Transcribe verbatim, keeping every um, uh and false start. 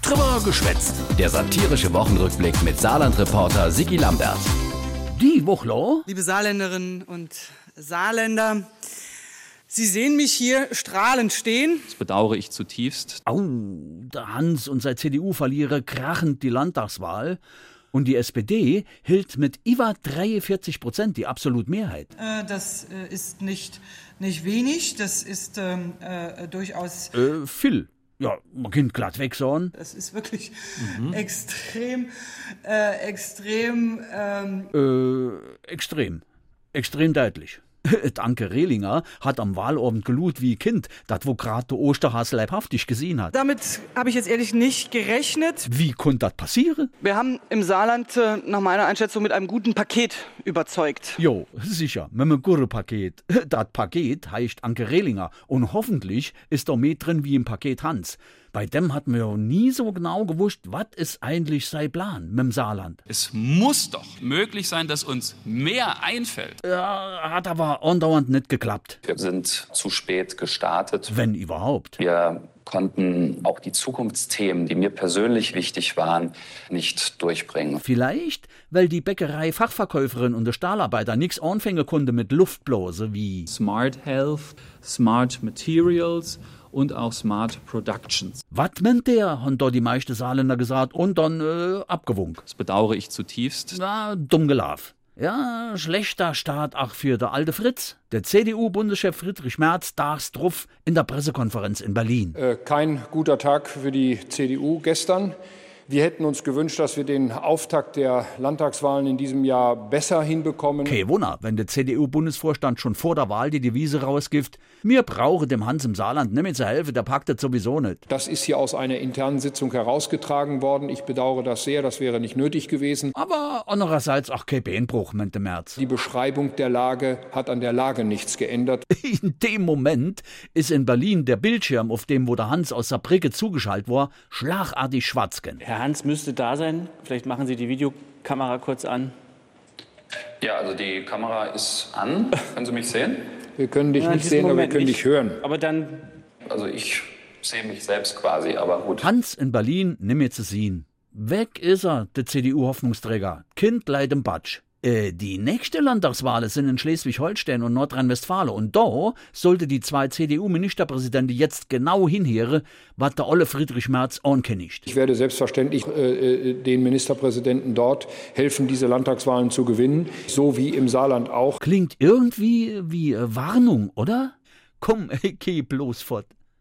Drüber geschwätzt. Der satirische Wochenrückblick mit Saarland-Reporter Sigi Lambert. Die Wochlo. Liebe Saarländerinnen und Saarländer, Sie sehen mich hier strahlend stehen. Das bedauere ich zutiefst. Au, der Hans und sein C D U verlieren krachend die Landtagswahl. Und die S P D hielt mit über dreiundvierzig Prozent die absolute Mehrheit. Äh, das äh, ist nicht, nicht wenig, das ist ähm, äh, durchaus... Äh, viel. Ja, man kann glatt weg sagen. Das ist wirklich mhm. extrem, äh, extrem... Ähm äh, extrem. Extrem deutlich. Danke Rehlinger hat am Wahlabend gelut wie Kind, dat wo grad der Osterhas leibhaftig gesehen hat. Damit habe ich jetzt ehrlich nicht gerechnet. Wie konnte das passieren? Wir haben im Saarland äh, nach meiner Einschätzung mit einem guten Paket überzeugt. Jo, sicher, mit einem guten Paket. Das Paket heißt Anke Rehlinger und hoffentlich ist da mehr drin wie im Paket Hans. Bei dem hat man ja nie so genau gewusst, was ist eigentlich sein Plan mit dem Saarland. Es muss doch möglich sein, dass uns mehr einfällt. Ja, hat aber andauernd nicht geklappt. Wir sind zu spät gestartet. Wenn überhaupt. Wir konnten auch die Zukunftsthemen, die mir persönlich wichtig waren, nicht durchbringen. Vielleicht, weil die Bäckerei-Fachverkäuferin und der Stahlarbeiter nichts anfangen konnte mit Luftblase wie Smart Health, Smart Materials und auch Smart Productions. Was meint der, haben da die meisten Saarländer gesagt und dann äh, abgewunken. Das bedauere ich zutiefst. Na, dumm gelaufen. Ja, schlechter Start auch für der alte Fritz. Der C D U-Bundeschef Friedrich Merz dachs drauf in der Pressekonferenz in Berlin. Äh, kein guter Tag für die C D U gestern. Wir hätten uns gewünscht, dass wir den Auftakt der Landtagswahlen in diesem Jahr besser hinbekommen. Kein Wunder, wenn der C D U-Bundesvorstand schon vor der Wahl die Devise rausgibt, wir brauchen dem Hans im Saarland nicht mehr zu helfen, der packt das sowieso nicht. Das ist hier aus einer internen Sitzung herausgetragen worden. Ich bedauere das sehr, das wäre nicht nötig gewesen. Aber andererseits auch kein Beinbruch, meinte Merz. Die Beschreibung der Lage hat an der Lage nichts geändert. In dem Moment ist in Berlin der Bildschirm, auf dem wo der Hans aus Saarbrücke zugeschaltet war, schlagartig schwarz gen. Herr Hans müsste da sein. Vielleicht machen Sie die Videokamera kurz an. Ja, also die Kamera ist an. Können Sie mich sehen? Wir können dich ja, nicht sehen, aber wir können nicht. dich hören. Aber dann... Also ich sehe mich selbst quasi, aber gut. Hans in Berlin, nimm mir zu sehen. Weg ist er, der C D U-Hoffnungsträger. Kind leid im Batsch. Äh, die nächste Landtagswahl sind in Schleswig-Holstein und Nordrhein-Westfalen. Und da sollte die zwei C D U-Ministerpräsidenten jetzt genau hinhören, was der olle Friedrich Merz ankündigt. Ich werde selbstverständlich äh, den Ministerpräsidenten dort helfen, diese Landtagswahlen zu gewinnen, so wie im Saarland auch. Klingt irgendwie wie äh, Warnung, oder? Komm, ey, geh bloß fort.